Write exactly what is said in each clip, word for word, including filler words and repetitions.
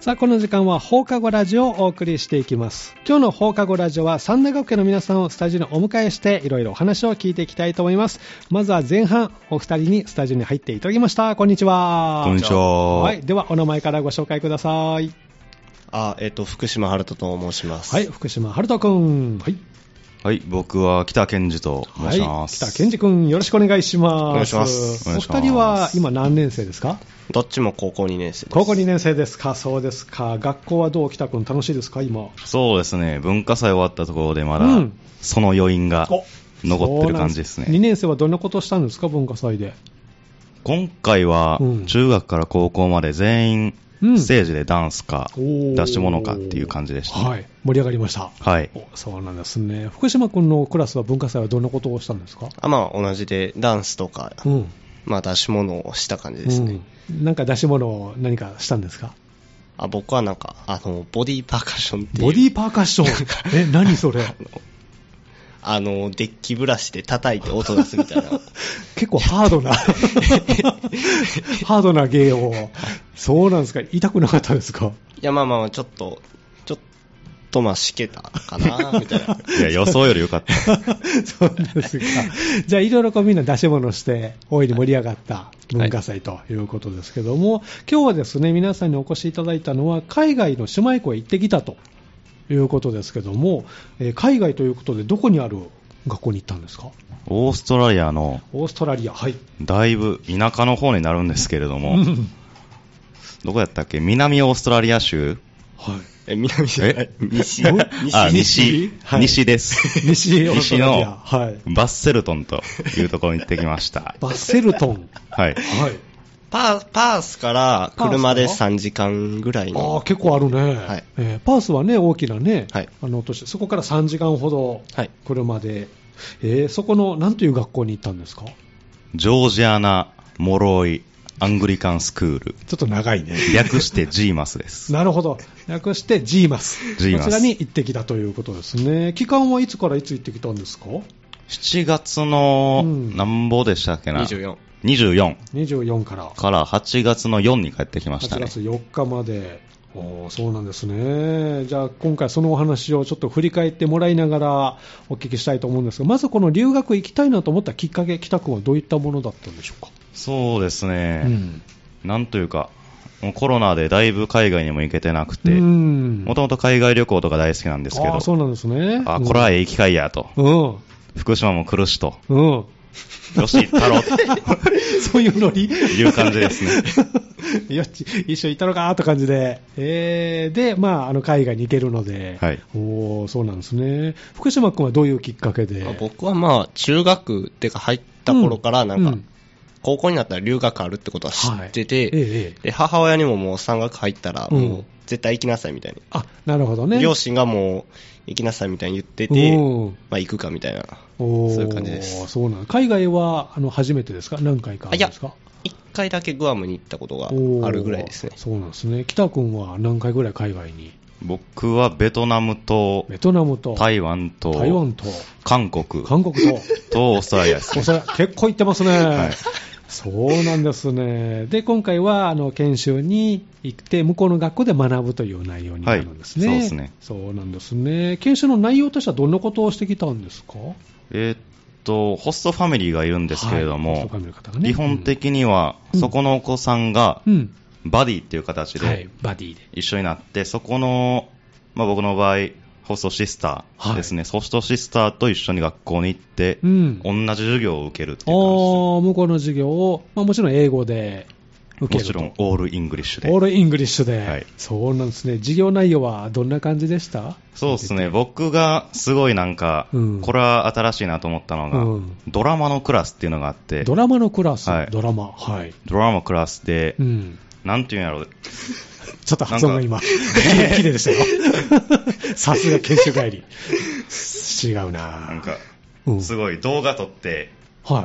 さあ、この時間は放課後ラジオをお送りしていきます。今日の放課後ラジオは三大学家の皆さんをスタジオにお迎えしていろいろお話を聞いていきたいと思います。まずは前半お二人にスタジオに入っていただきました。こんにちは。 こんにちは。 はい、ではお名前からご紹介ください。 あ、えっ、ー、と福島春人と申します。 はい、福島春人くん。はい。 はい、僕は北健二と申します。 はい、北健二くん、よろしくお願いします。 お願いします。 お二人は今何年生ですか？ どっちも高校にねん生です。 高校にねん生ですか。そうですか。学校はどう？北くん楽しいですか今？ そうですね、文化祭終わったところでまだ、うん、その余韻が残ってる感じですね。 にねん生はどんなことをしたんですか、文化祭で？ 今回は中学から高校まで全員、うん、ステージでダンスか出し物かっていう感じでした、ね。 はい、盛り上がりました。 はい。 そうなんですね。福島君のクラスは文化祭はどんなことをしたんですか？ あ、まあ同じでダンスとか、うん、まあ出し物をした感じですね。 うん、なんか出し物を何かしたんですか？ あ、僕はなんかあのボディーパーカッションっていう。 ボディーパーカッション。え、何それ？ あのデッキブラシで叩いて音出すみたいな。 結構ハードなハードな芸を。そうなんですか。痛くなかったですか？ いや、まあまあちょっとちょっとまあしけたかなみたいな。 いや、予想より良かった。 そうですか。じゃあいろいろこうみんな出し物して大いに盛り上がった文化祭ということですけども、はい、今日はですね、皆さんにお越しいただいたのは海外の姉妹校へ行ってきたということですけども、えー、海外ということでどこにある学校に行ったんですか？ オーストラリアのオーストラリア、はい、 だいぶ田舎の方になるんですけれどもどこやったっけ、南オーストラリア州、 はい、 え南じゃない西西あ西、はい、西です西オーストラリア、 西のバッセルトンというところに行ってきましたバッセルトン、 はい、はい、 パー、パースから車でさんじかんぐらいの。 あ、結構あるね、はい、えー、パースはね大きなね、 はい、 あの都市、そこからさんじかんほど車で、はい、えー、そこの何という学校に行ったんですか？ ジョージアナ・モロイ・アングリカンスクール。 ちょっと長いね。 略してジーマスです。 なるほど、略してジーマス。 ジーマス、 こちらに行ってきたということですね。期間はいつからいつ行ってきたんですか？ しちがつの何ぼでしたっけな、 にじゅうよん。 にじゅうよん。 にじゅうよんから。 からはちがつのよっかに帰ってきましたね。 はちがつよっかまで。おー、そうなんですね。じゃあ今回そのお話をちょっと振り返ってもらいながらお聞きしたいと思うんですが、まずこの留学行きたいなと思ったきっかけ、北君はどういったものだったんでしょうか？ そうですね、うん、なんというかコロナでだいぶ海外にも行けてなくて、もともと海外旅行とか大好きなんですけど、 あ、そうなんですね。 あ、これはええ機会やと、うん、福島も来るしと、うん、よし行ったろそういうノリいう感じですね。 よし一緒に行ったのかという感じで、えー、で、まあ、あの海外に行けるので、はい、お、そうなんですね。福島君はどういうきっかけで？ 僕はまあ中学っていうか入った頃からなんか、うんうん、高校になったら留学あるってことは知ってて、はい、ええ、で母親にももう山岳入ったらもう絶対行きなさいみたいに、 あ、なるほどね、 両親がもう行きなさいみたいに言ってて、まあ、行くかみたいな、そういう感じです。 そうなん。海外はあの初めてですか？何回かあるんですか？いや、 いっかいだけグアムに行ったことがあるぐらいですね。 そうなんですね。北君は何回ぐらい海外に？ 僕はベトナムとベトナムと台湾と台湾と韓国韓国ととオーストラリアです、ね、 結構行ってますね、はい、そうなんですね。で今回はあの研修に行って向こうの学校で学ぶという内容になるんですね、 はい、そうですね。 そうなんですね。研修の内容としてはどんなことをしてきたんですか？ えー、っとホストファミリーがいるんですけれども、はい、ホストファミリーの方がね、基本的には、うん、そこのお子さんが、うん、バディっていう形で一緒になって、そこの、まあ、僕の場合ホストシスターですね、はい、ホストシスターと一緒に学校に行って、うん、同じ授業を受けるっていう感じです、ね、 あ、向こうの授業を、まあ、もちろん英語で受けると。 もちろんオールイングリッシュで。 オールイングリッシュで、はい、そうなんですね。授業内容はどんな感じでした？ そうですね、僕がすごいなんか、うん、これは新しいなと思ったのが、うん、ドラマのクラスっていうのがあって。 ドラマのクラス、 はい、 ドラマ、はい、 ドラマクラスで、うん、なんていうんやろうちょっと発音が今綺麗でしたよさすが研修帰り違うな。 なんか、うん、すごい動画撮って、はい、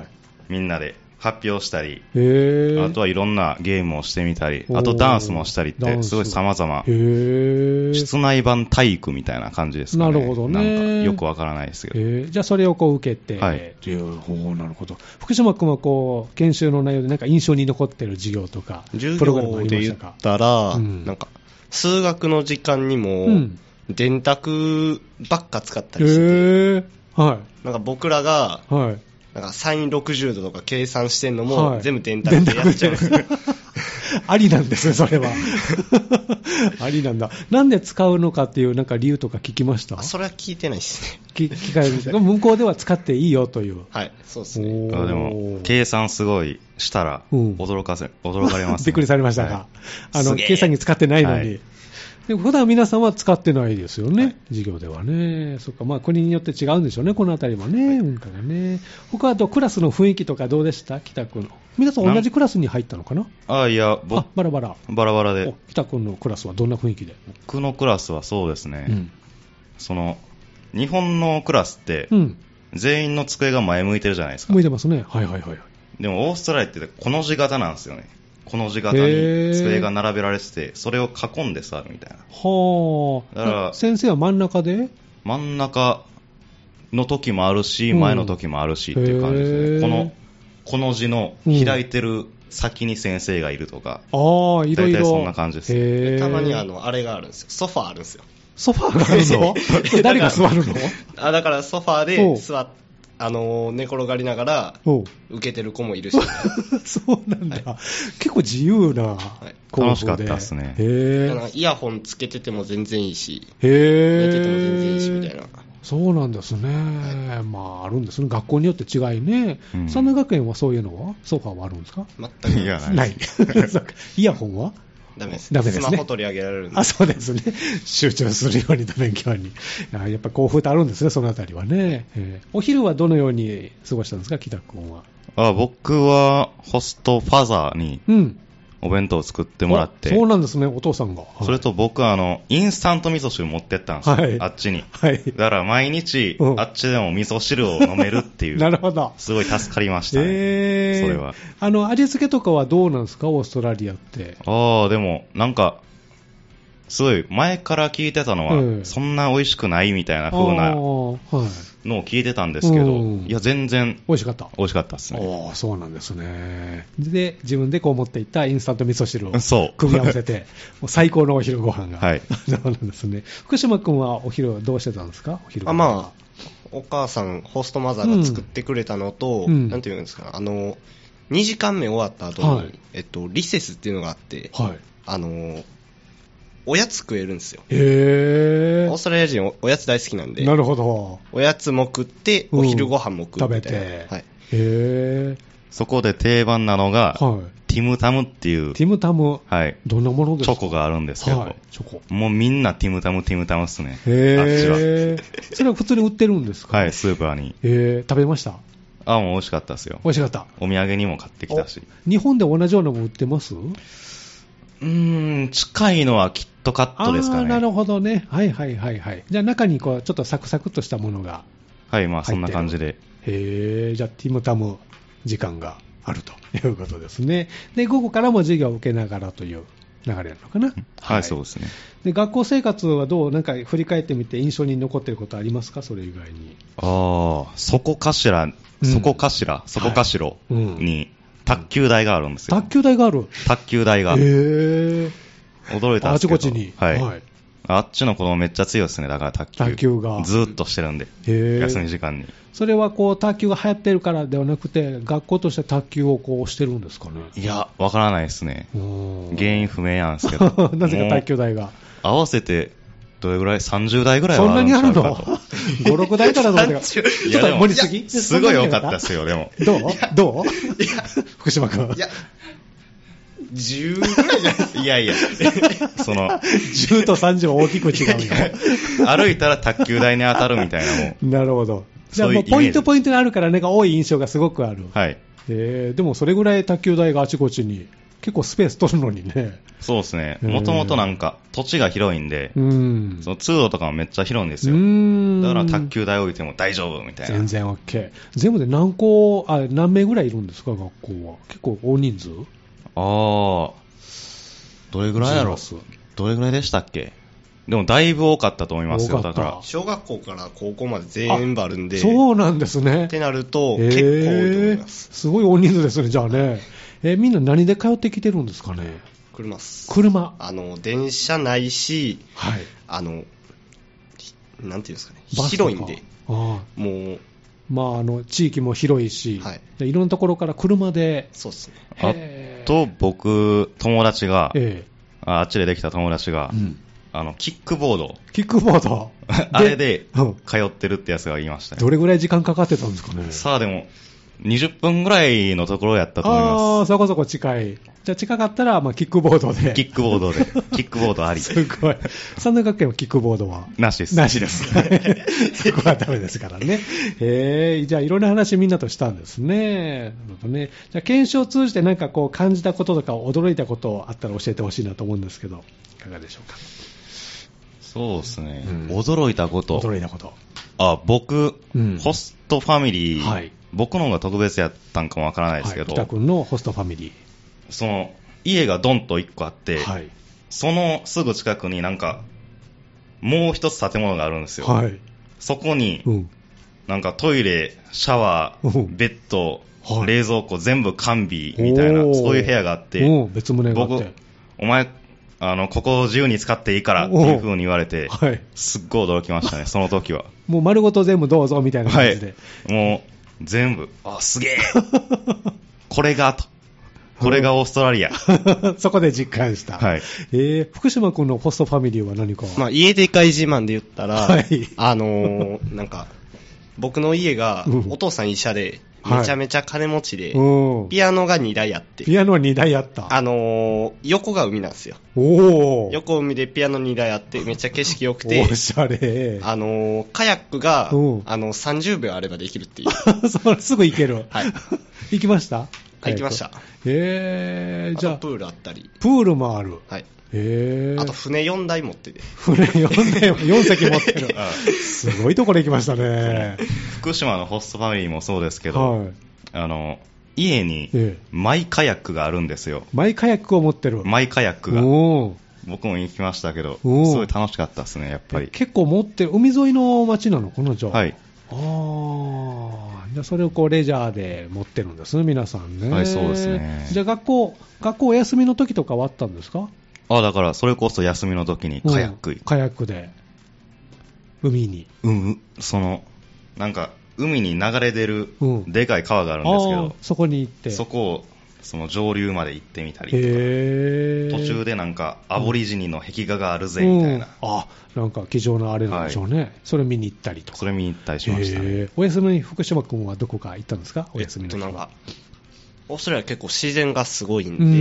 みんなで発表したり、あとはいろんなゲームをしてみたり、あとダンスもしたりって、すごい様々、室内版体育みたいな感じですかね。 なるほどね。 なんかよくわからないですけど、 じゃあそれをこう受けて、 はい、 なるほど。福島君はこう研修の内容でなんか印象に残ってる授業とかプログラムありましたか？ 授業で言ったら、うん、なんか数学の時間にも、うん、電卓ばっか使ったりしてて、へー、はい、なんか僕らが、はい、なんかサインろくじゅうどとか計算してんのも、はい、全部電卓でやっちゃうんですよ。 ありなんですね、それは。ありなんだ。なんで使うのかっていうなんか理由とか聞きました？ それは聞いてないですね。 聞, 聞かれるんですか？向こうでは使っていいよという。 はい、そうですね。 あでも計算すごいしたら驚かせ、うん、驚かれます、ね。 びっくりされましたか？はい、あの計算に使ってないのに。はい、で普段皆さんは使ってないですよね、はい、授業ではね。そっか、まあ国によって違うんでしょうね、このあたりはね、文化がね。他はとクラスの雰囲気とかどうでした？北君の皆さん同じクラスに入ったのかな？ あいや、 僕あバラバラバラバラで。 北君のクラスはどんな雰囲気で？ 僕のクラスはそうですね、うん、その日本のクラスって、うん、全員の机が前向いてるじゃないですか。 向いてますね。はいはいはい。 でもオーストラリアってこの字型なんですよね。この字型に机が並べられてて、それを囲んで座るみたいな。 はあ。だから先生は真ん中で？ 真ん中の時もあるし、前の時もあるしっていう感じですね。このこの字の開いてる先に先生がいるとか、 うん、ああ、いろいろ。 大体そんな感じです。 でたまにあのあれがあるんですよ。ソファーあるんですよ。 ソファーがあるの？誰が座るの？ あだからソファーで座って。あのー、寝転がりながら受けてる子もいるしそうなんだ、はい、結構自由な校で、楽しかったですね。 へー、イヤホンつけてても全然いいし、へー、寝てても全然いいしみたいな。 そうなんですね、はい、まああるんですね、学校によって違いね。三田、うん、学園はそういうのはソファーはあるんですか？ 全くいやないないイヤホンはダメです。 ダメですね。 スマホ取り上げられるんで。 あ、そうですね。集中するように勉強に。やっぱ校風ってあるんですね、そのあたりはね。えー、お昼はどのように過ごしたんですか、北君は。 あ、僕はホストファザーにお弁当を作ってもらって。 うん、そうなんですね、お父さんが。はい、 それと僕はあのインスタント味噌汁持ってったんですよ、はい、あっちに。はい。だから毎日、うん、あっちでも味噌汁を飲めるっていう。 なるほど。 すごい助かりましたね。えー、それは。 あの味付けとかはどうなんですか、オーストラリアって。 ああ、でもなんか。すごい前から聞いてたのは、えー、そんな美味しくないみたいな風なのを聞いてたんですけど、はい、いや全然美味しかった美味しかったですね。 おそうなんですね。で自分でこう持っていったインスタント味噌汁を組み合わせてもう最高のお昼ご飯が、はい、そうなんですね。福島君はお昼どうしてたんですか？お昼ご飯は。あ、まあお母さんホストマザーが作ってくれたのと、うん、なんていうんですか、あのにじかんめ終わった後に、はい、えっとリセスっていうのがあって、はい、あのおやつ食えるんですよ。へー。オーストラリア人 お, おやつ大好きなんで。 なるほど。 おやつも食って、お昼ご飯も食うみたいな、うん、食べて。はい。 へー。そこで定番なのが、はい、ティムタムっていう。 ティムタム。 はい。 どんなものですか？ チョコがあるんですけど。はい。チョコ。もうみんなティムタム、ティムタムっすね。 へー。あっちは。それは普通に売ってるんですか？ はい、スーパーに。 へー。食べました？ あ、もう美味しかったですよ。 美味しかった。 お土産にも買ってきたし。 日本で同じようなもの売ってます？ うーん、近いのはキットカットですかね。 あ、なるほどね。はいはいはいはい。じゃあ中にこうちょっとサクサクっとしたものが。 はい、まあそんな感じで。 へー、じゃあティムタム時間があるということですね。で、午後からも授業を受けながらという流れなのかな。 はい、はい、そうですね。 で、学校生活はどう、なんか振り返ってみて印象に残っていることありますか、それ以外に。 ああ、そこかしら、そこかしら、そこかしろに、卓球台があるんですよ。 卓球台がある。 卓球台が。へー。驚いたんですけど。 あちこちに。 はい。はい、あっちの子供めっちゃ強いですね。だから卓球。 卓球が。 ずーっとしてるんで。へー。休み時間に。 それはこう卓球が流行ってるからではなくて、学校として卓球をこうしてるんですかね。 いや、わからないですね。原因不明なんですけど。 なぜか卓球台が。 合わせて、どれぐらい ?さんじゅう 台ぐらいはあるんちゃうかと。 そんなにあるの ?ご、ろく台からのちょっと盛りすぎすごい良かったですよ、でも。 どうどういや、福島君。いや、 じゅうぐらいじゃないですか。 いやいや、その、 じゅうとさんじゅうは大きく違うよ。 歩いたら卓球台に当たるみたいなもん。 なるほど。じゃあもうポイントポイントにあるからね、多い印象がすごくある。はい。えー、でもそれぐらい卓球台があちこちに。結構スペース取るのにね。 そうですね。もともとなんか土地が広いんで、うん、その通路とかもめっちゃ広いんですよ。うんだから卓球台置いても大丈夫みたいな。 全然 OK。全部で何校、あ、何名ぐらいいるんですか、学校は。結構大人数？ ああ、どれぐらいやろう。どれぐらいでしたっけ？でもだいぶ多かったと思いますよ。だから小学校から高校まで全部あるんで。 そうなんですね。 ってなると結構多いと思います。 すごい大人数ですね、じゃあね。えー、みんな何で通ってきてるんですかね、 車っす。 車。 あの、電車ないし、 はい。 あの、なんていうんですかね、広いんで、あもう、 まあ、あの、地域も広いし、 はい。 いろんなところから車で。 そうですね。 あと、僕、友達が、ええ、あっちでできた友達が、うん、あの、キックボード。 キックボードあれで、通ってるってやつが言いましたね。 どれぐらい時間かかってたんですかね。 さあ、でも、にじゅっぷんぐらいのところやったと思います。 ああ、そこそこ近い。じゃあ近かったら、まあ、キックボードで。 キックボードで。キックボードあり。 すごい。三大学園はキックボードはなしです。 なしです。そこはダメですからね。へえ、じゃあいろんな話みんなとしたんですね。なるほどね。じゃあ検証を通じて何かこう感じたこととか驚いたことあったら教えてほしいなと思うんですけど、いかがでしょうか。 そうですね。うん、驚いたこと。 驚いたこと。 あ、僕、うん、ホストファミリー、はい、僕の方が特別やったんかもわからないですけど、 はい、北君のホストファミリー。 その、家がドンといっこあって、はい、そのすぐ近くになんか、もう一つ建物があるんですよ。はい、そこに、うん、なんかトイレ、シャワー、うん、ベッド、はい、冷蔵庫全部完備みたいな、そういう部屋があって、 別棟があって、 僕、お前、あの、ここを自由に使っていいからっていう風に言われて、はい、すっごい驚きましたね、その時は。 もう丸ごと全部どうぞみたいな感じで。 はい、もう、全部、あ、すげえこれが、と。これがオーストラリア。 そこで実感した。はい。えー、福島君のホストファミリーは何か。 まあ、家でかい自慢で言ったら、はい、あのー、なんか、僕の家が、お父さん医者で、めちゃめちゃ金持ちで、はい、ピアノがにだいあって。 ピアノはにだいあった。 あのー、横が海なんですよ。お横海でピアノにだいあって、めっちゃ景色良くて、 おしゃれ。 あのー、カヤックが、あの、さんじゅうびょうあればできるっていう。 それすぐ行ける。はい。行きました行きました。 へー、じゃあ。 プールあったり。 プールもある。 はい。へー。あと船よんだい持ってて。 船よんだい、よんせき持ってる。すごいところ行きましたね。 福島のホストファミリーもそうですけど、はい、あの、家にマイカヤックがあるんですよ。 マイカヤックを持ってる。 マイカヤックが。僕も行きましたけど、すごい楽しかったですね、やっぱり。 結構持ってる。海沿いの町なの、このじゃあ。 はい。 ああ、じゃあそれをこうレジャーで持ってるんですね、皆さんね。 はい、そうですね。 じゃあ学校、学校お休みの時とかはあったんですか？ あ、だからそれこそ休みの時にカヤック、うん、 カヤックで海に。 うん、そのなんか海に流れ出るでかい川があるんですけど、うん、 そこに行って、 そこをその上流まで行ってみたりとか、へ途中でなんかアボリジニの壁画があるぜみたいな、うんうん、 あ、なんか貴重なあれなんでしょうね、はい、それ見に行ったりとか。 それ見に行ったりしましたね。 お休みに福島君はどこか行ったんですか？お休みの日は。 えっと、なんかオーストラリア結構自然がすごいんで、うん、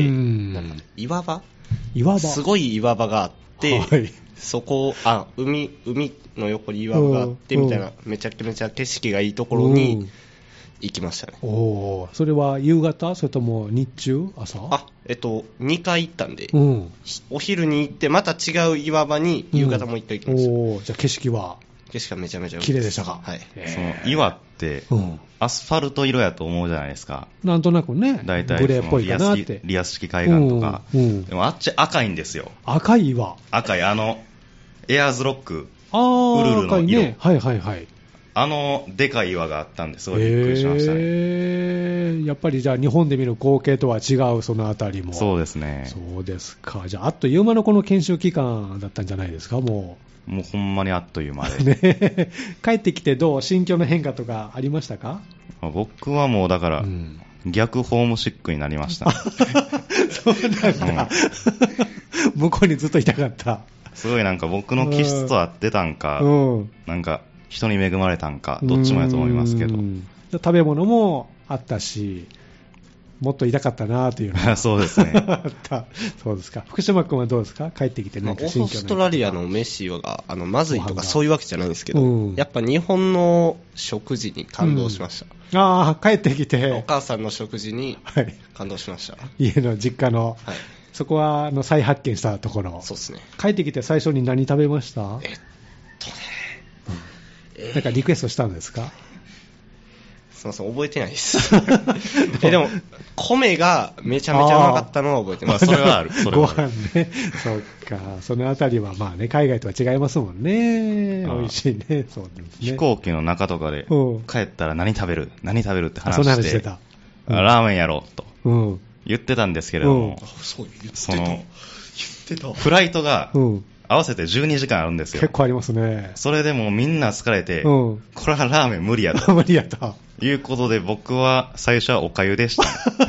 なんか岩場岩場すごい岩場があって、はい、そこあ 海, 海の横に岩場があってみたいな、めちゃくちゃ景色がいいところに行きましたね。 お、それは夕方それとも日中朝？ あ、えっとにかい行ったんで、うん、お昼に行ってまた違う岩場に夕方もういっかい行きました、うん、 お、じゃあ景色は景色がめちゃめちゃ綺麗でしたか？ はい。 その岩ってアスファルト色やと思うじゃないですか。 なんとなくね。 だいたいグレーっぽいかなって。 リアス式海岸とか、うんうん、でもあっち赤いんですよ。 赤い岩。 赤い、あのエアーズロック、 あー、 ウルルの色、ね、 はいはいはい。 あのでかい岩があったんですごいびっくりしましたね。 えー、やっぱりじゃあ日本で見る光景とは違う、そのあたりも。 そうですね。 そうですか。じゃああっという間のこの研修期間だったんじゃないですか？もうもうほんまにあっという間で、 ね、帰ってきてどう心境の変化とかありましたか？ 僕はもうだから、うん、逆ホームシックになりました。 そうなんだ、うん、向こうにずっといたかった。 すごいなんか僕の気質と合ってたんか、うん、なんか人に恵まれたんか、どっちもやと思いますけど。 食べ物もあったし、もっと痛かったなというのがそうですね。あった。そうですか。福島君はどうですか？帰ってきてなんか心境の変化。 オーストラリアの飯はあのまずいとかそういうわけじゃないんですけど、うん、やっぱ日本の食事に感動しました。 うん、ああ、帰ってきてお母さんの食事に感動しました。はい、 家の実家の、はい、そこはあの再発見したところ。 そうですね。 帰ってきて最初に何食べました？えっとね、うん、なんかリクエストしたんですか？ すみません、覚えてないです。えでも米がめちゃめちゃうまかったのは覚えてます。 それはある。それはある。 ご飯ね。そっか。そのあたりはまあね、海外とは違いますもんね。美味しいね。そうですね。 飛行機の中とかで帰ったら何食べる何食べるって話して。 そんな話してた。 うん、ラーメンやろうと。 うん。 言ってたんですけれども、 うん、そう言ってた。 その言ってた。 フライトが、合わせてじゅうにじかんあるんですよ。 結構ありますね。 それでもうみんな疲れて、うん、これはラーメン無理やと。 無理やと。 いうことで僕は最初はお粥でした。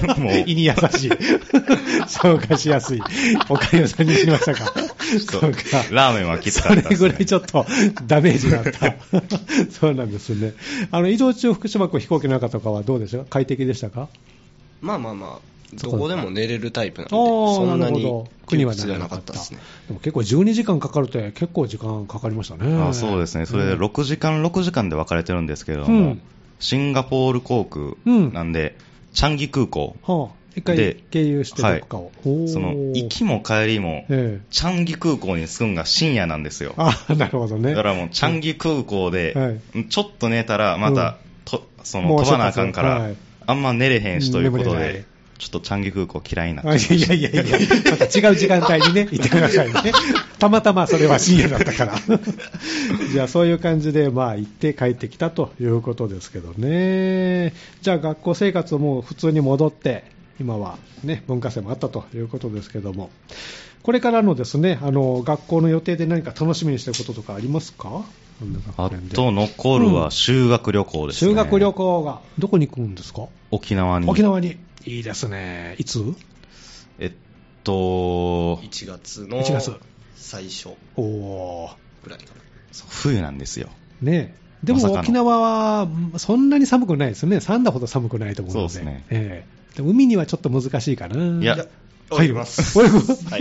もう。胃に優しい。消化しやすい。お粥さんにしましたか。 そうか。ラーメンはきつかったです、ね。 それぐらいちょっとダメージがあった。そうなんですね。あの、移動中福島港飛行機の中とかはどうでしたか？快適でしたか？ まあまあまあ。どこでも寝れるタイプなんで、そんなに窮屈じゃなかったですね。 でも結構じゅうにじかんかかるって結構時間かかりましたね。 あ、そうですね。それでろくじかん、ろくじかんで分かれてるんですけれども、うん、シンガポール航空なんで、うん、チャンギ空港で、はあ、 一回経由してどこかを、 はい、その行きも帰りも、ええ、チャンギ空港に着くんが深夜なんですよ。 あ、なるほどね。 だからもうチャンギ空港で、はい、ちょっと寝たらまた、うん、とその飛ばなあかんから、はい、あんま寝れへんしということで、ちょっとチャンギ空港嫌いになっちゃいました。 いやいやいや、また違う時間帯にね、行ってくださいね。たまたまそれは深夜だったから。じゃあそういう感じで、まあ行って帰ってきたということですけどね。じゃあ学校生活も普通に戻って、今はね、文化祭もあったということですけども、これからのですね、あの、学校の予定で何か楽しみにしてることとかありますか？ あと残るは修学旅行ですね、 うん、修学旅行がどこに行くんですか？ 沖縄に。 沖縄に。いいですね。いつ？ えっといちがつの最初ぐらいかな。 冬なんですよね。でも沖縄はそんなに寒くないですね。三度ほど寒くないと思うので。 そうですね、 えー、で海にはちょっと難しいかな。 いや泳ぎます。 泳ぐ、はい、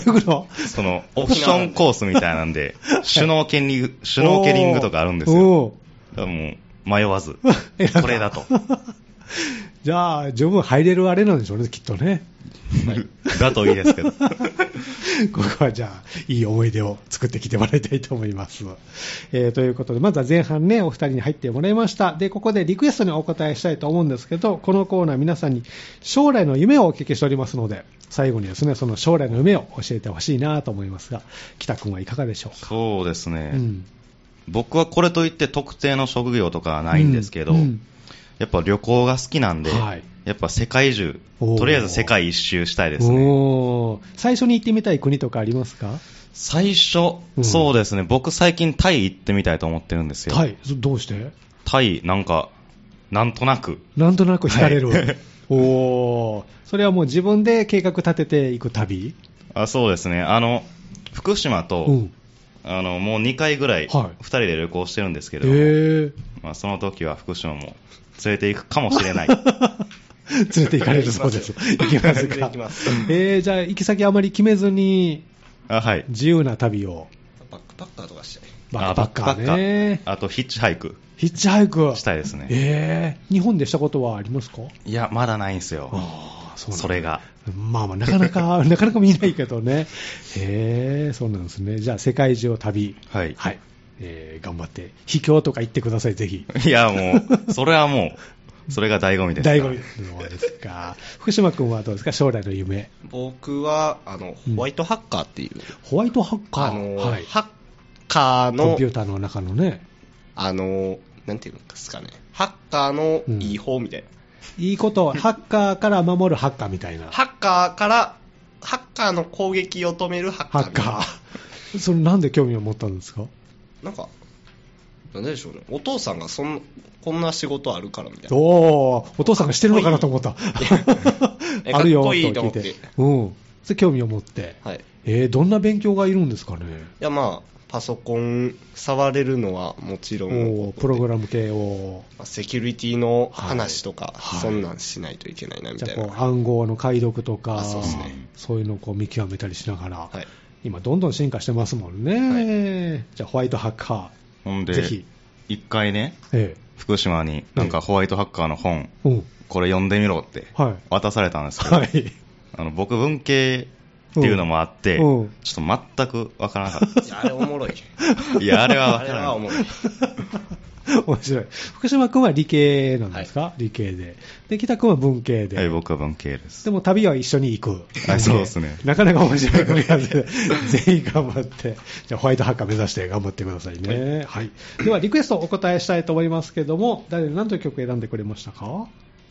泳ぐのそのオプションコースみたいなんでシュノーケリング、シュノーケリングとかあるんですよ。だからもう迷わずこれだと。 じゃあ十分入れるあれなんでしょうね、きっとね。 はい、だといいですけど。ここはじゃあいい思い出を作ってきてもらいたいと思います。えー、ということでまずは前半ねお二人に入ってもらいました。でここでリクエストにお答えしたいと思うんですけど、このコーナー皆さんに将来の夢をお聞きしておりますので、最後にですねその将来の夢を教えてほしいなと思いますが、北君はいかがでしょうか？ そうですね、うん、僕はこれといって特定の職業とかはないんですけど、うんうん、やっぱ旅行が好きなんで、はい、やっぱ世界中、とりあえず世界一周したいですね。 お最初に行ってみたい国とかありますか？ 最初、うん、そうですね、僕最近タイ行ってみたいと思ってるんですよ。 タイどうして？ タイなんかなんとなくなんとなく惹かれる、はい、おそれはもう自分で計画立てていく旅？ あそうですね、あの福島と、うん、あのもうにかいぐらいふたりで旅行してるんですけども、はいまあ、その時は福島も連れて行くかもしれない。 連れて行かれるそうです。行きますか。行きます。えー、じゃあ行き先あまり決めずに、あ、はい、自由な旅を。 バックパッカーとかしたい。 バックパッカーね。 あとヒッチハイク。 ヒッチハイクしたいですね。 えー、日本でしたことはありますか？ いやまだないんですよ。あそうなん、それが。 まあまあなかなかなかなか見ないけどね。へえー、そうなんですね。じゃあ世界中を旅。はい。はい。えー、頑張って秘境とか行ってくださいぜひ。 いやもうそれはもう。それが醍醐味ですか。 醍醐味ですか。福島君はどうですか、将来の夢。 僕はあのホワイトハッカーっていう、うん、 ホワイトハッカー、 あの、はい、ハッカーのコンピューターの中のね、 あのなんていうんですかね、ハッカーのいい方みたいな、 うん、いいことハッカーから守るハッカーみたいな。 ハッカーからハッカーの攻撃を止めるハッカー。ハッカー。それなんで興味を持ったんですか？ なんかなんででしょうね、お父さんがそんこんな仕事あるからみたいな。 おー、お父さんがしてるのかなと思った。あるよと聞いて、うん、それ興味を持って、はい、えー、どんな勉強がいるんですかね。 いやまあパソコン触れるのはもちろん、 プログラム系を、 セキュリティの話とか、はい、そんなんしないといけないなみたいな。 じゃあこう暗号の解読とか、そうですね、そういうのをこう見極めたりしながら、はい、今どんどん進化してますもんね。はい、じゃあホワイトハッカー、 ほんでぜひ一回ね、ええ、福島になんかホワイトハッカーの本、うん、これ読んでみろって渡されたんですけど、はい、あの僕文系っていうのもあって、うん、ちょっと全くわからなかったです。 いやあれおもろい。 いやあれはわからない。 あれはおもろい。 面白い。福島君は理系なんですか？はい、理系で。で北君は文系で。 はい、僕は文系です。 でも旅は一緒に行く。 はい、そうですね。 なかなか面白い組み合わせで全員頑張って、じゃあホワイトハッカー目指して頑張ってくださいね。はい。はい、ではリクエストお答えしたいと思いますけども、誰何という曲選んでくれましたか？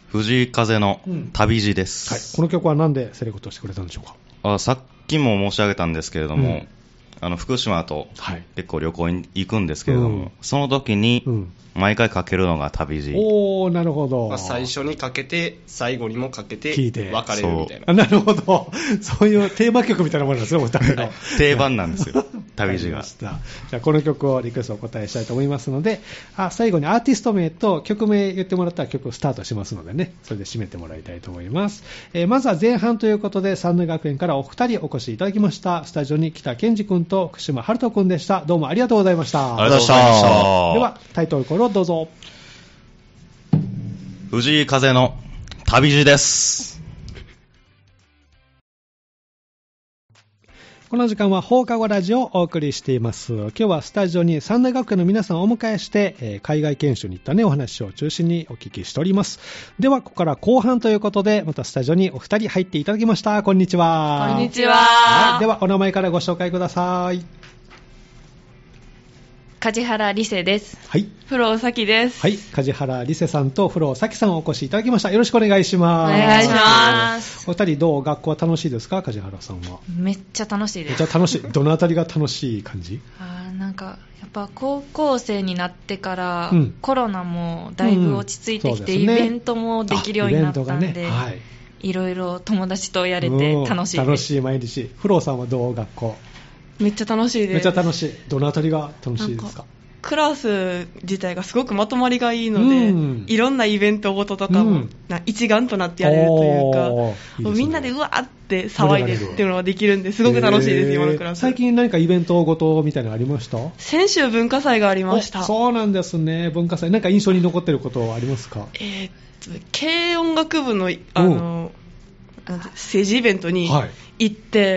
藤井風の旅路です、 うんはい、この曲は何でセレクトしてくれたんでしょうか。 あ、さっきも申し上げたんですけれども、うん、あの福島と結構旅行に行くんですけれども、うん、その時に毎回かけるのが旅路。 おー、なるほど。 まあ、最初にかけて最後にもかけて別れるみたいな。 なるほど。そういうテーマ曲みたいなものなんですね、お二人の定番なんですよ、旅路が。 じゃあこの曲をリクエストお答えしたいと思いますので、あ、最後にアーティスト名と曲名言ってもらったら曲スタートしますのでね、それで締めてもらいたいと思います。えー、まずは前半ということで三大学園からお二人お越しいただきました。スタジオに北健二君と福島春人君でした。どうもありがとうございました。 ありがとうございました。 ではタイトルコールをどうぞ。 藤井風の旅路です。 この時間は放課後ラジオをお送りしています。今日はスタジオに三大学園の皆さんをお迎えして、えー、海外研修に行ったねお話を中心にお聞きしております。ではここから後半ということで、またスタジオにお二人入っていただきました。こんにちは。 こんにちは。はい、ではお名前からご紹介ください。 梶原理瀬です。 はい。 風呂咲です。 はい。梶原理瀬さんと風呂咲さんをお越しいただきました。よろしくお願いします。 お願いします。 お二人どう、学校は楽しいですか、梶原さんは。 めっちゃ楽しいです。 めっちゃ楽しい。どのあたりが楽しい感じ？ あ、なんかやっぱ高校生になってから、うん、コロナもだいぶ落ち着いてきて、うんね、イベントもできるようになったんで、ね、はい、いろいろ友達とやれて楽しいです。 楽しい毎日。風呂さんはどう、学校？ めっちゃ楽しいです。 めっちゃ楽しい。どのあたりが楽しいですか？ クラス自体がすごくまとまりがいいので、うん、いろんなイベントごととかも、うん、な一丸となってやれるというか、いいですね、みんなでうわーって騒いでっていうのができるんですごく楽しいです、今のクラス。 最近何かイベントごとみたいなのありました？ 先週文化祭がありました。 そうなんですね。文化祭なんか印象に残ってることはありますか？ えー、っと軽音楽部のあの、うん、政治イベントに行って、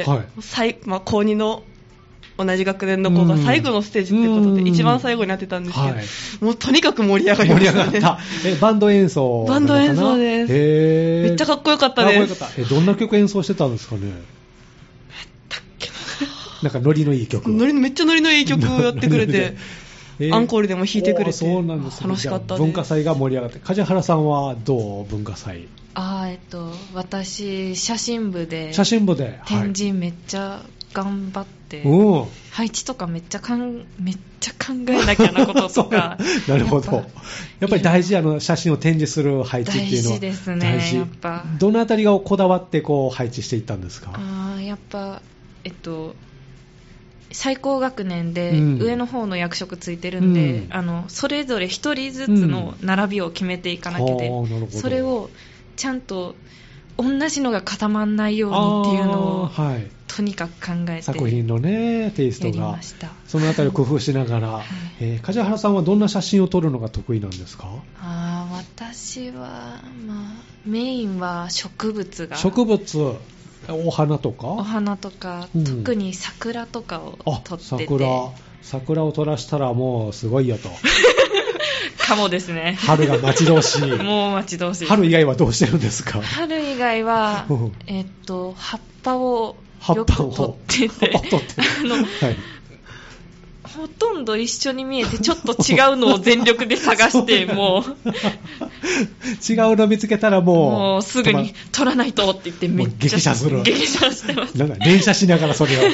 はいはい、最まあ、高にの同じ学年の子が最後のステージってことで一番最後になってたんですけど、はい、もうとにかく盛り上がりましたね。盛り上がった。 え、バンド演奏バンド演奏です。へー、めっちゃかっこよかったです。かっこよかった。 え、どんな曲演奏してたんですかね？ だっけななんかノリのいい曲。 ノリめっちゃノリのいい曲をやってくれて、えー、アンコールでも弾いてくれて、 そうなんですね、 楽しかったです。 文化祭が盛り上がって。梶原さんはどう、文化祭？ あ、えっと、私写真部で写真部で展示めっちゃ頑張って、 はい、 配置とかめっちゃかんめっちゃ考えなきゃなこととかなるほど。やっぱ、やっぱり大事、あの写真を展示する配置っていうのは大事ですね。大事。やっぱどのあたりがこだわってこう配置していったんですか？ あ、やっぱえっと最高学年で上の方の役職ついてるんで、うん、あのそれぞれ一人ずつの並びを決めていかなきゃで、うん、それをちゃんと同じのが固まらないようにっていうのを、はい、とにかく考えて作品のねテイストがそのあたりを工夫しながら、はい、えー、梶原さんはどんな写真を撮るのが得意なんですか？ あ、私は、まあ、メインは植物が植物、お花とかお花とか、うん、特に桜とかを撮ってて、 桜桜を撮らしたらもうすごいよとかもですね。 春が待ち遠しい。 もう待ち遠しい。 春以外はどうしてるんですか？ 春以外は、えっと、葉っぱをよく取ってて、あの、はい、ほとんど一緒に見えてちょっと違うのを全力で探してもう違うの見つけたらもうもうすぐに撮らないとって言ってめっちゃ激写する。 激写してます。 なんか連写しながらそれを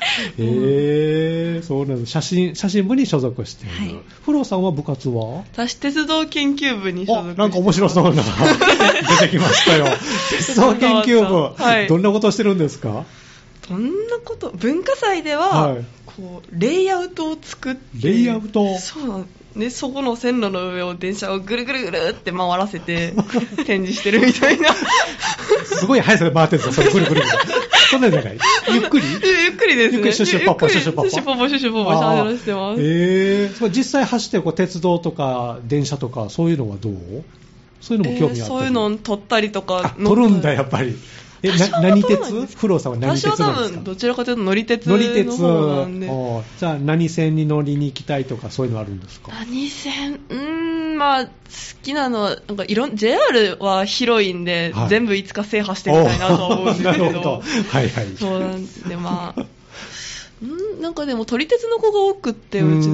えー、そうなの。写真写真部に所属している、はい、フローさんは部活は？ 私鉄道研究部に所属して。 なんか面白そうな出てきましたよ。鉄道研究部、はい、どんなことをしてるんですか？ どんなこと？文化祭では、はい、こうレイアウトを作って、 レイアウト、 そうなんね、そこの線路の上を電車をぐるぐるぐるって回らせて展示してるみたいなすごい速さで回ってるんですよ、それぐるぐるぐるそんなんじゃない？ゆっくりゆっくりですね。 ゆっくりシュシュパッパシュシュパッパシュパパシュシュパパシャーしてます。 えー、実際走ってこう鉄道とか電車とかそういうのはどう？そういうのも興味あったり、えー、 そういうのを撮ったりとか。 撮るんだやっぱり。え、な何鉄？フローさんは何鉄なんですか？ 私は多分どちらかというと乗り鉄の方なんで。 乗り鉄。じゃあ何線に乗りに行きたいとかそういうのあるんですか？ 何線？うーん、まあ好きなのはなんかいろん ジェイアール は広いんで、はい、全部いつか制覇してみたいなとは思うんですけど。なるほど。はいはい。そうなんでまあ。んなんかでも撮り鉄の子が多くって、うちの部活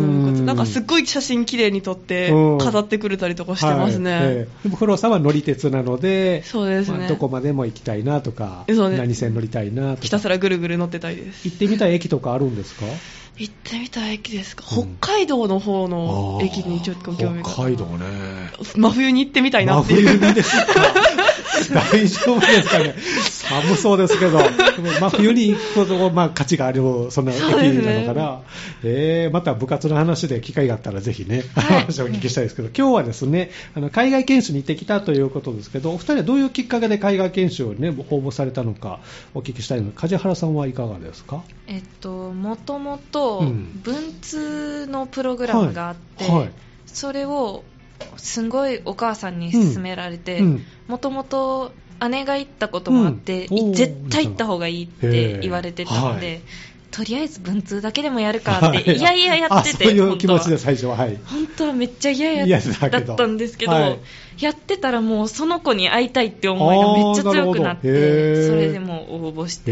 なんかすっごい写真綺麗に撮って飾ってくれたりとかしてますね。はい、えー、でもフローさんは乗り鉄なので、 そうですね、 まあ、どこまでも行きたいなとか、何線乗りたいなとか、 ひたすらぐるぐる乗ってたいです。 行ってみたい駅とかあるんですか？ 行ってみたい駅ですか、うん、北海道の方の駅にちょっと興味が。 北海道ね。 真冬に行ってみたいなっていう。 真冬にですか？大丈夫ですかね。寒そうですけど、真冬に行くほど、まあ、価値があるそんな駅なのかな。ね、えー、また部活の話で機会があったらぜひね、はい、話をお聞きしたいですけど、今日はですね、あの海外研修に行ってきたということですけど、お二人はどういうきっかけで海外研修をね応募されたのかお聞きしたいので、梶原さんはいかがですか？ えっともともと文通のプログラムがあって、はいはい、それをすごいお母さんに勧められて、もともと姉が行ったこともあって、うん、絶対行った方がいいって言われてたので、はい、とりあえず文通だけでもやるかって、はい、いやいややってて、 そういう気持ちで最初は、はい、 本当はめっちゃ嫌やだったんですけど、はい、やってたらもうその子に会いたいって思いがめっちゃ強くなって、それでも応募して。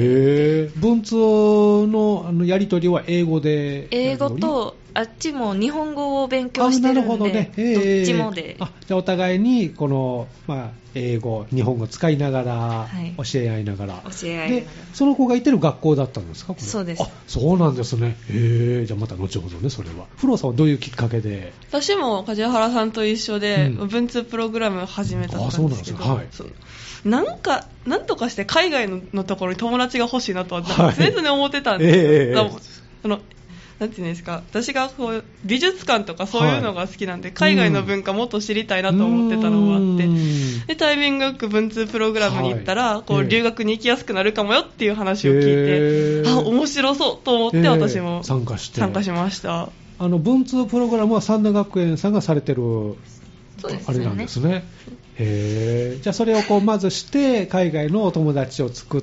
文通 の, あのやり取りは英語で？ 英語とあっちも日本語を勉強してるんで、なるほどね、えー、どっちもで。 あ、じゃあお互いにこの、まあ、英語、日本語使いながら、教え合いながら、 教え合いながら。で、 その子がいてる学校だったんですか？これ。 そうです。 あ、そうなんですね。へえ、じゃあまた後ほどね、それは。フローさんはどういうきっかけで？ 私も梶原さんと一緒で、うん、文通プログラムを始めたんですけど、あ、そうなんですね。はい。そうなんか、なんとかして海外 の, のところに友達が欲しいなとは常々思ってたんですよ。はい、えー、あのなんていうんですか、私がこう美術館とかそういうのが好きなんで、はい、海外の文化もっと知りたいなと思ってたのがあって、でタイミングよく文通プログラムに行ったら、はい、こう留学に行きやすくなるかもよっていう話を聞いて、あ、面白そうと思って私も参加して参加しました。 あの文通プログラムは三田学園さんがされてるあれなんですね。へー、じゃあそれをこうまずして海外のお友達を作って、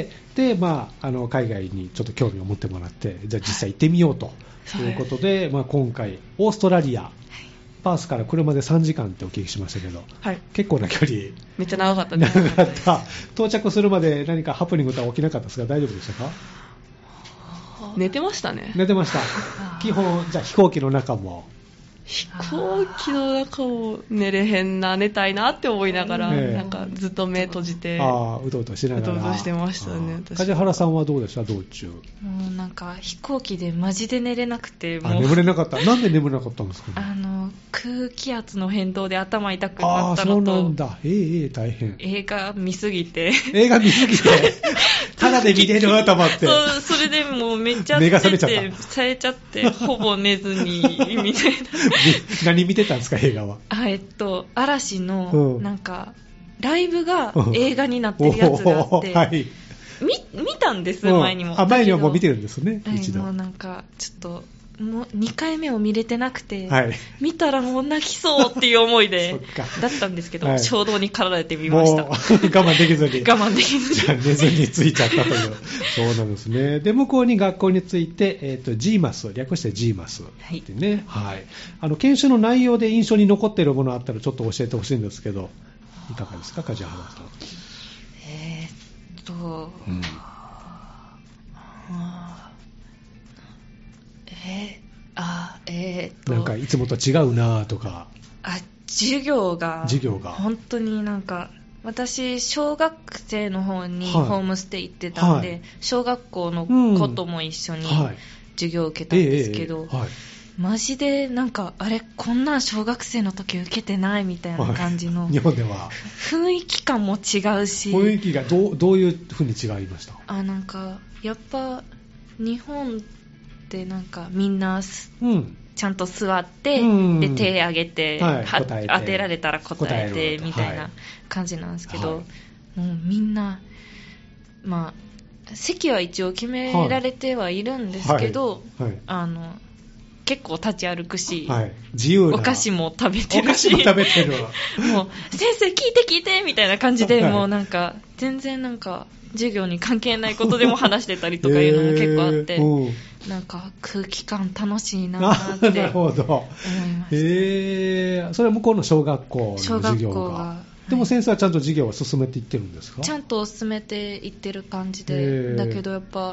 で、まあ、あの海外にちょっと興味を持ってもらって、じゃあ実際行ってみようということで、まあ、今回オーストラリア、はい、パースから車でさんじかんってお聞きしましたけど、はい、結構な距離、 めっちゃ長かったです。 長かった。到着するまで何かハプニングとは起きなかったですが大丈夫でしたか？ 寝てましたね。 寝てました。基本じゃあ飛行機の中も飛行機の中を寝れへんな、寝たいなって思いながら、ええ、なんかずっと目閉じて、 あ、うとうとしながら、 うとうとしてましたね。 梶原さんはどうでした？道中。 もうなんか飛行機でマジで寝れなくて、もうあ、眠れなかった。なんで眠れなかったんですか、ね？ あの空気圧の変動で頭痛くなったのと、あ、 そうなんだ。ええええ、大変。 映画見すぎて、 映画見すぎて、ただで見れるわと思って。 そう、それでもうめっちゃ目が覚めちゃった。されちゃってほぼ寝ずにみたいな。 何見てたんですか、映画は？ あ、えっと嵐のなんか、うん、ライブが映画になってるやつがあって、はい、見, 見たんです、うん、前にも。 あ、前にはもう見てるんですね、 はい、 一度。 もうなんかちょっともうにかいめを見れてなくて、はい、見たらもう泣きそうっていう思いでだったんですけど、はい、衝動に駆られてみました。 もう我慢できずに我慢できずにじゃあ寝ずに着いちゃったというそうなんですね。で向こうに学校に着いて、えー、と ジーマス 略して ジーマス ってね、はいはい、あの研修の内容で印象に残っているものあったらちょっと教えてほしいんですけど、いかがですか、梶原さん。 えー、っと、うん、えー、あえー、となんかいつもと違うなとか。 あ、授業が授業が本当になんか、私小学生の方にホームステイ行ってたんで、はい、小学校の子とも一緒に授業を受けたんですけど、うん、えーはい、マジでなんかあれこんなん小学生の時受けてないみたいな感じの、はい、 日本では雰囲気感も違うし、 雰囲気がどう、どういう風に違いました？ あ、なんかやっぱ日本ってなんかみんな、うん、ちゃんと座って、うん、で手挙げて、はい、答えて当てられたら答えてみたいな感じなんですけど、はい、もうみんな、まあ、席は一応決められてはいるんですけど、はいはい、あの結構立ち歩くし、はい、自由なお菓子も食べてるし、 お菓子も食べてるもう先生聞いて聞いてみたいな感じで、はい、もうなんか全然なんか授業に関係ないことでも話してたりとかいうのも結構あって、えー、なんか空気感楽しいなって思いました。なるほど。 えー、それは向こうの小学校の授業が。小学校が。でも先生はちゃんと授業を進めていってるんですか？ ちゃんと進めていってる感じで、だけどやっぱ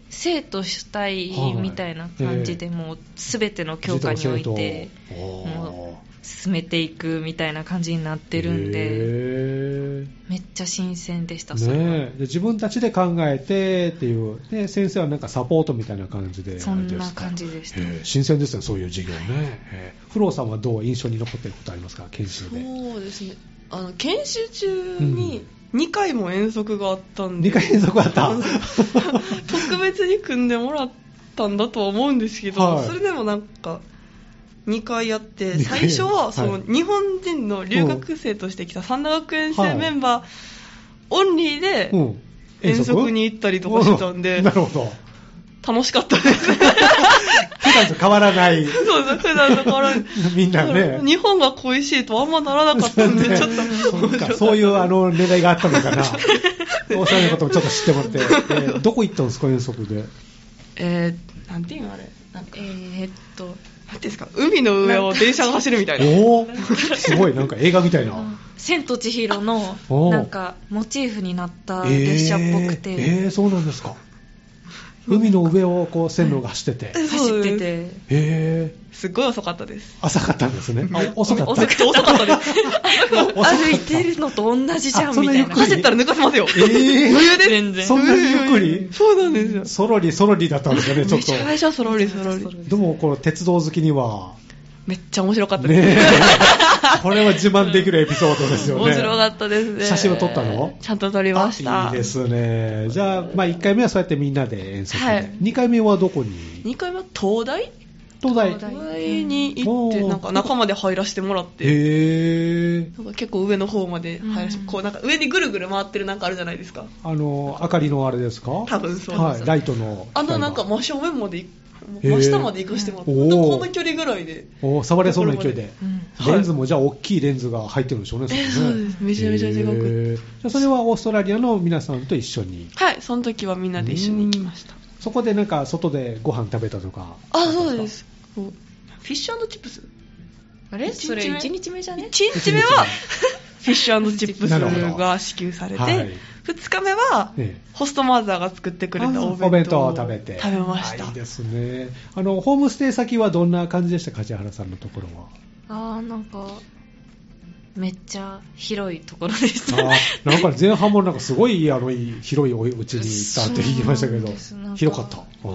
生徒主体みたいな感じで、はい、もう全ての教科においてもう進めていくみたいな感じになってるんで、めっちゃ新鮮でした。それは、 ね、で自分たちで考えてっていう、で先生はなんかサポートみたいな感じで、 そんな感じでした。 新鮮ですね、そういう授業ね。フローさんはどう印象に残っていることありますか、研修で。 そうですね、あの研修中ににかいも遠足があったんで、 にかい遠足あった特別に組んでもらったんだとは思うんですけど、はい、それでもなんかにかいやって、最初はその日本人の留学生として来た三田学園生メンバーオンリーで遠足に行ったりとかしてたんで、 なるほど、 楽しかったです普段と変わらないそうです、普段と変わらないみんなね、 日本が恋しいとあんまならなかったんで、ちょっとそうか、そういうあの狙いがあったのかな大阪のこともちょっと知ってもらって、えー、どこ行ったんですか、遠足で。 えー、なんていうのあれ、なんかえー、っとなんていうんですか、海の上を電車が走るみたいな。 おー、すごい、なんか映画みたいな。 千と千尋のなんかモチーフになった列車っぽくて、 えー、えー、そうなんですか。海の上をこう線路が走ってて、 走ってて、 へー、 すっごい遅かったです。 浅かったんですね。あ、遅かった。 遅かったです。 歩いてるのと同じじゃんみたいな。 走ったら抜かせますよ。 えー、 余裕です。 全然。 そんなにゆっくり。 そうなんですよ。 そろりそろりだったんですよね、ちょっと。 めちゃめちゃそろりそろり。 でもこの鉄道好きにはめっちゃ面白かったです。 ね、これは自慢できるエピソードですよね。 面白かったですね。 写真を撮ったの？ ちゃんと撮りました。 いいですね。じゃあ、まあ、いっかいめはそうやってみんなで遠足で、はい、にかいめはどこに？ にかいめは東大東大東大に行って、なんか仲間で入らせてもらって、 へなんか結構上の方まで入らせて、うん、こうなんか上にぐるぐる回ってるなんかあるじゃないですか。 あの明かりのあれですか？ 多分そうです、 はい、ライトのあのなんか真正面まで真下まで行かせてもらって、本当この距離ぐらいで、 お触れそうな勢いで、うん、レンズもじゃあ大きいレンズが入ってるんでしょうね。 えー、そうです、めちゃめちゃでかく。 じゃそれはオーストラリアの皆さんと一緒に？ はい、その時はみんなで一緒に行きました。 そこでなんか外でご飯食べたとか？ あ、そうです。フィッシュ&チップス、 あれそれいちにちめじゃね？ いちにちめはフィッシュ&チップスが支給されて、はい、ふつかめはホストマザーが作ってくれたお弁当を食べて食べました。 いいですね。あのホームステイ先はどんな感じでしたか、梶原さんのところは？ あー、なんかめっちゃ広いところでした。 あ、なんか前半もなんかすごいあの広いお家に行ったって聞きましたけど、広かった、 うん、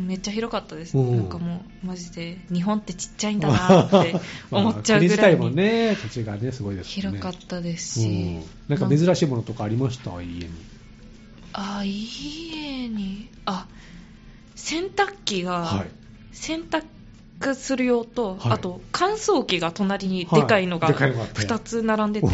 めっちゃ広かったです、うん、なんかもうマジで日本ってちっちゃいんだなって思っちゃうぐらいに、まあ、国自体もね、土地がねすごいですね。 広かったですし、うん、 なんか珍しいものとかありました？家に。 あ、家にあ洗濯機が、はい、洗濯する用と、はい、あと乾燥機が隣にでかいのがふたつ並んでて、はい、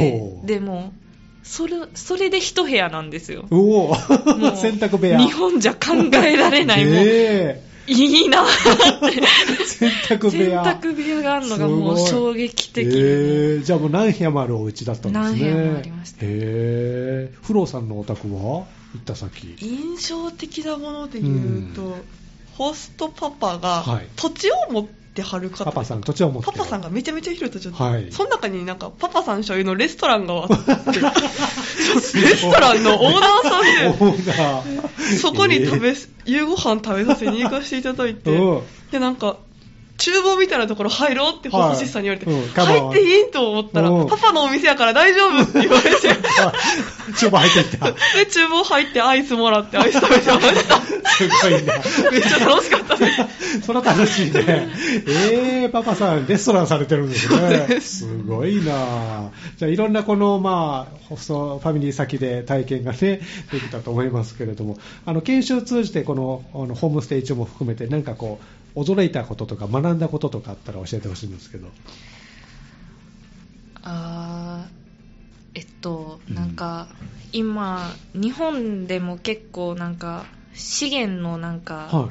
でもそれ、それで一部屋なんですよ。 おお洗濯部屋。 日本じゃ考えられない、えー、もういいなって洗濯部屋洗濯部屋があるのがもう衝撃的、えー、じゃあもう何部屋もあるお家だったんですね。 何部屋もありました。 へー。フローさんのお宅は行った先、 印象的なもので言うと、うん、ホストパパが土地を持ってはる方、 パパさん土地を持ってパパさんがめちゃめちゃ広い土地を、 はい、 その中になんかパパさん所有のレストランがあってレストランのオーナーさんでオーナーそこに食べ、えー、夕ご飯食べさせに行かせていただいてでなんか厨房みたいなところ入ろうってホストシスターに言われて、はいうん、入っていいと思ったら、うん、パパのお店やから大丈夫って言われて厨房入っていったで厨房入ってアイスもらってアイス食べてましたすごいなめっちゃ楽しかったですそれは楽しいねえー、パパさんレストランされてるんですねすごいな。じゃあいろんなこのまあホストファミリー先で体験がねできたと思いますけれども、あの研修を通じてこの、あのホームステイ中も含めてなんかこう驚いたこととか学んだこととかあったら教えてほしいんですけど。 あー、えっとなんか、うん、今日本でも結構なんか資源のなんか、はい、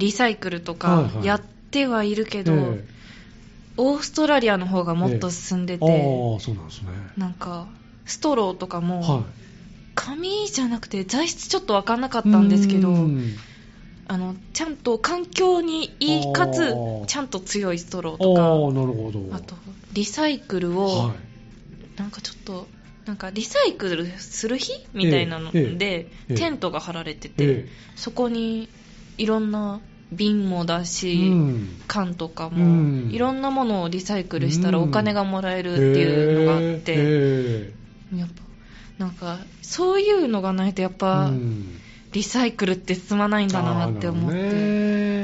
リサイクルとかやってはいるけど、はいはい、えー、オーストラリアの方がもっと進んでて、えー、あ、そうなんですね。 なんかストローとかも、はい、紙じゃなくて材質ちょっと分かんなかったんですけど、あのちゃんと環境にいいかつちゃんと強いストローとか、 あ、なるほど。 あとリサイクルを、はい、なんかちょっとなんかリサイクルする日みたいなので、えええ、テントが張られてて、え、そこにいろんな瓶もだし、うん、缶とかも、うん、いろんなものをリサイクルしたらお金がもらえるっていうのがあって、うん、やっぱなんかそういうのがないとやっぱ、うん、リサイクルって進まないんだなって思って、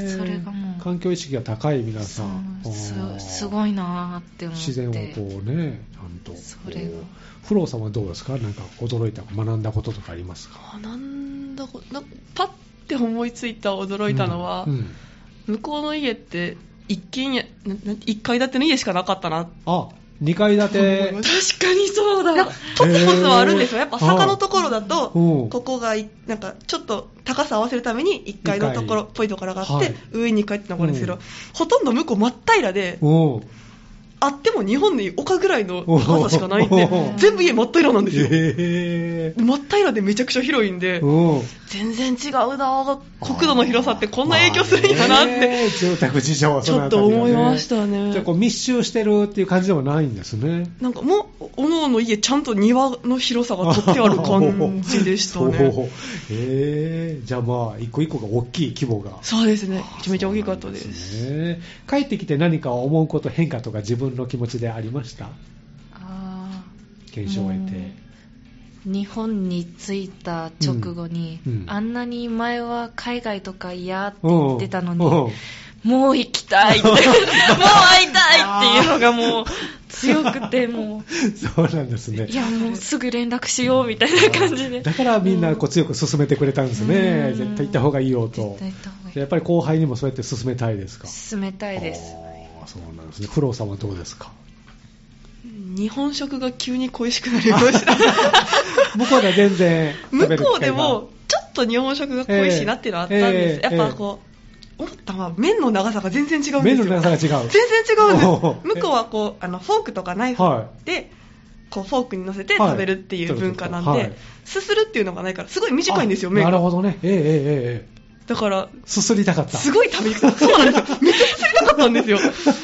それがもう環境意識が高い皆さん、 す, すごいなって思って、 自然をこうねちゃんと。それがフローさんはどうですか？なんか驚いた学んだこととかありますか？ 学んだことなんかパッって思いついた驚いたのは、うんうん、向こうの家って一軒家いっかい建ての家しかなかったな。 あ、にかい建て。 確かにそうだ。 ポツポツはあるんですよ。やっぱ坂のところだと、ここがなんかちょっと高さ合わせるためにいっかいのところっぽいところがあって、はい、上に帰って残るんですけど、うん、ほとんど向こう真っ平らで、あっても日本に丘ぐらいの高さしかないんで、全部家真っ平らなんですよ。へー。真っ平らでめちゃくちゃ広いんで、全然違うな、国土の広さってこんな影響するんだなって、 住宅事情はちょっと思いましたね。 じゃあこう密集してるっていう感じではないんですね。 なんかもうおのおの家ちゃんと庭の広さが取ってある感じでしたね。 そう。へー。じゃあまあ一個一個が大きい規模が。 そうですね。めちゃめちゃ大きかったです。 ね、帰ってきて何か思うこと変化とか自分の気持ちでありました？あ、検証を得て日本に着いた直後に、うんうん、あんなに前は海外とか嫌って言ってたのに、もう行きたいってもう会いたいっていうのがもう強くて、もうそうなんですね。 いやもうすぐ連絡しようみたいな感じで、 だからみんなこう強く勧めてくれたんですね。絶対行った方がいいよと。やっぱり後輩にもそうやって勧めたいですか？ 勧めたいです。 そうなんですね。フローさんはどうですか？ 日本食が急に恋しくなりました向こうでは全然向こうでもちょっと日本食が恋しいなっていうのはあったんです、えーえー、やっぱこう思ったのは麺の長さが全然違うんですよ。 麺の長さが違う。 全然違うんです。向こうはこうあのフォークとかナイフでこうフォークに乗せて食べるっていう文化なんで、はいはい、すするっていうのがないからすごい短いんですよ、麺が。 なるほどね。えー、えー、えーだからすすりたかった。 すごい食べにくかった。そうなんですよ。めっちゃすすりたかったんですよ。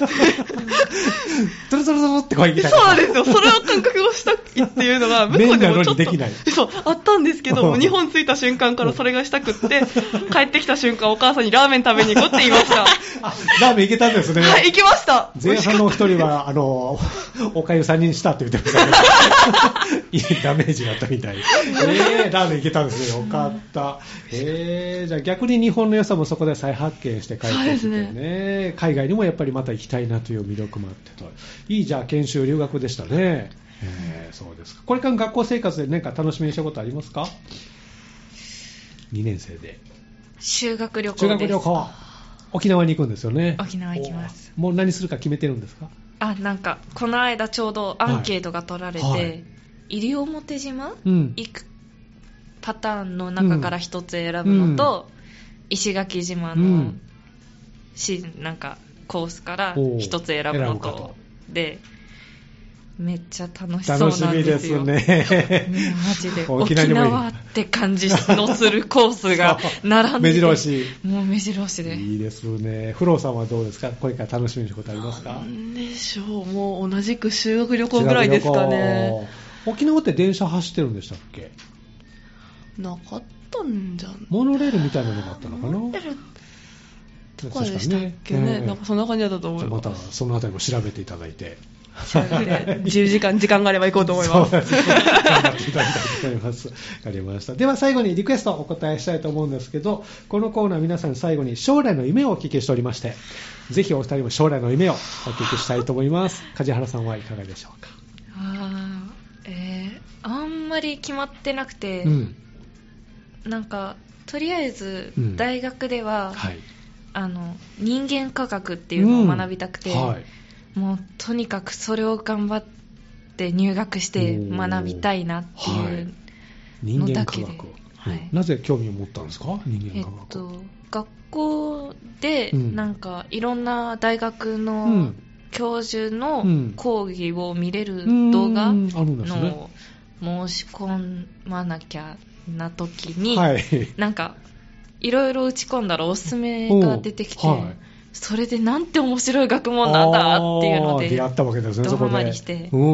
トロトロトロって声聞いた。 そうなんですよ。それを感覚をしたいっていうのが向こうでもちょっとできない。 そうあったんですけど、日本着いた瞬間からそれがしたくって帰ってきた瞬間お母さんにラーメン食べに行こうって言いました。 あ、ラーメン行けたんですね。 はい、行きました。 前半の一人はあのおかゆさんにんしたって言ってましたけどいいダメージがあったみたい。えー、ラーメン行けたんですね。よかった。えー、じゃあ逆に日本の良さもそこで再発見して帰ってきて ね, ね海外にもやっぱりまた行きたいなという魅力もあってと、いいじゃあ研修留学でしたね。えー、そうですか。これから学校生活で何か楽しみにしたことありますか？にねん生で修学旅行です。修学旅行、 沖縄に行くんですよね。 沖縄行きます。 もう何するか決めてるんですか？ あ、なんかこの間ちょうどアンケートが取られて、はいはい、西表島、うん、行くパターンの中から一つ選ぶのと、うん、石垣島の、うん、しなんかコースから一つ選ぶのとで、めっちゃ楽しそうなんですよ。 楽しみですね。 マジで沖縄って感じのするコースが並んでて目白押し、 もう目白押しでいいですね。フローさんはどうですか？これから楽しみにしたことありますか？ なんでしょう、もう同じく修学旅行ぐらいですかね。 沖縄って電車走ってるんでしたっけ？ なかったんじゃん。 モノレールみたいなのがあったのかな。 モノレールとかでしたっけね、えー、なんかそんな感じだったと思います。 またそのあたりも調べていただいてじゅうじかん時間があれば行こうと思います。 頑張っていただきたいと思います。わかりました。では最後にリクエストをお答えしたいと思うんですけど、このコーナー皆さん最後に将来の夢をお聞きしておりまして、ぜひお二人も将来の夢をお聞きしたいと思います。梶原さんはいかがでしょうか？ あー、えー、あんまり決まってなくて、うん、なんかとりあえず大学では、うん、はい、あの人間科学っていうのを学びたくて、うん、はい、もうとにかくそれを頑張って入学して学びたいなっていうのだけで、はい、人間科学、はい、 なぜ興味を持ったんですか？人間科学、 えっと、学校でなんかいろんな大学の教授の講義を見れる動画の申し込まなきゃな時に、はい、なんかいろいろ打ち込んだらおすすめが出てきて、はい、それでなんて面白い学問なんだっていうので出会ったわけですね。そこでドハマりして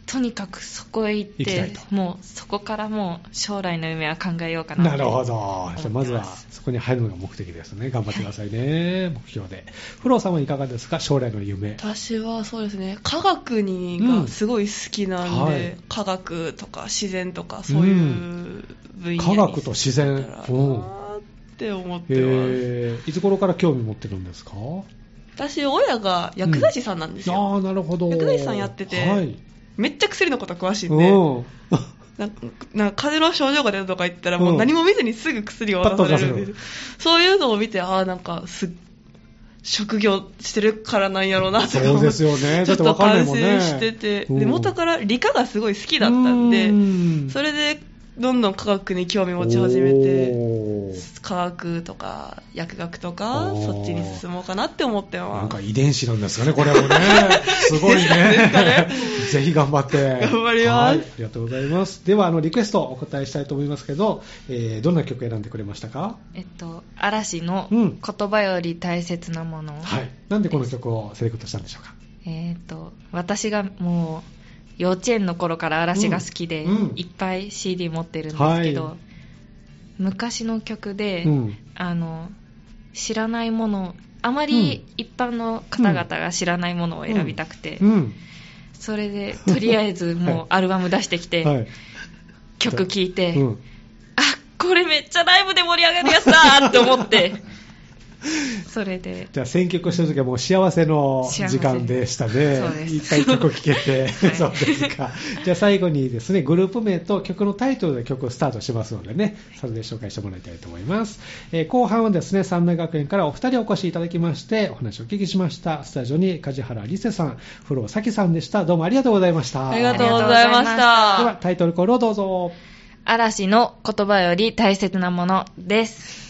とにかくそこへ行ってもうそこからもう将来の夢は考えようかなと。 なるほど。じゃあまずはそこに入るのが目的ですね。頑張ってくださいね、はい、目標で。フローさんはいかがですか、将来の夢。 私はそうですね、科学にがすごい好きなんで、うんはい、科学とか自然とかそういう分野に、うん、 科学と自然って思ってます、 えー、いつ頃から興味持ってるんですか。 私親が薬剤師さんなんですよ、 うん、あーなるほど。 薬剤師さんやってて、はい、めっちゃ薬のこと詳しいんでななんか風邪の症状が出たとか言ったらもう何も見ずにすぐ薬を渡されるんで、そういうのを見てああなんかす職業してるからなんやろうなとかそうですよね、 ちょっと感心してて、で元から理科がすごい好きだったんで、んそれでどんどん科学に興味持ち始めて、科学とか薬学とかそっちに進もうかなって思ってます。 なんか遺伝子なんですかね、これもねすごいねぜひ頑張って頑張ります、はい、ありがとうございます。ではあのリクエストお答えしたいと思いますけど、えー、どんな曲選んでくれましたか。 えっと嵐の言葉より大切なもの、うん、 はい。なんでこの曲をセレクトしたんでしょうか。 えー、っと私がもう幼稚園の頃から嵐が好きで、うんうん、いっぱい シーディー 持ってるんですけど、はい、昔の曲で、うん、あの知らないもの、あまり一般の方々が知らないものを選びたくて、うんうん、それでとりあえずもうアルバム出してきて、はい、曲聴いて、うん、あ、これめっちゃライブで盛り上がるやつだって思ってそれでじゃあ選曲してるときはもう幸せの時間でしたね。そうです。いっぱい曲聴けて、はい、そうですか。じゃあ最後にですね、グループ名と曲のタイトルで曲をスタートしますのでね、それで紹介してもらいたいと思います。えー、後半はですね、三大学園からお二人お越しいただきましてお話をお聞きしました。スタジオに梶原理瀬さん、風呂咲さんでした。どうもありがとうございました。 ありがとうございました。ではタイトルコールをどうぞ。 嵐の言葉より大切なものです。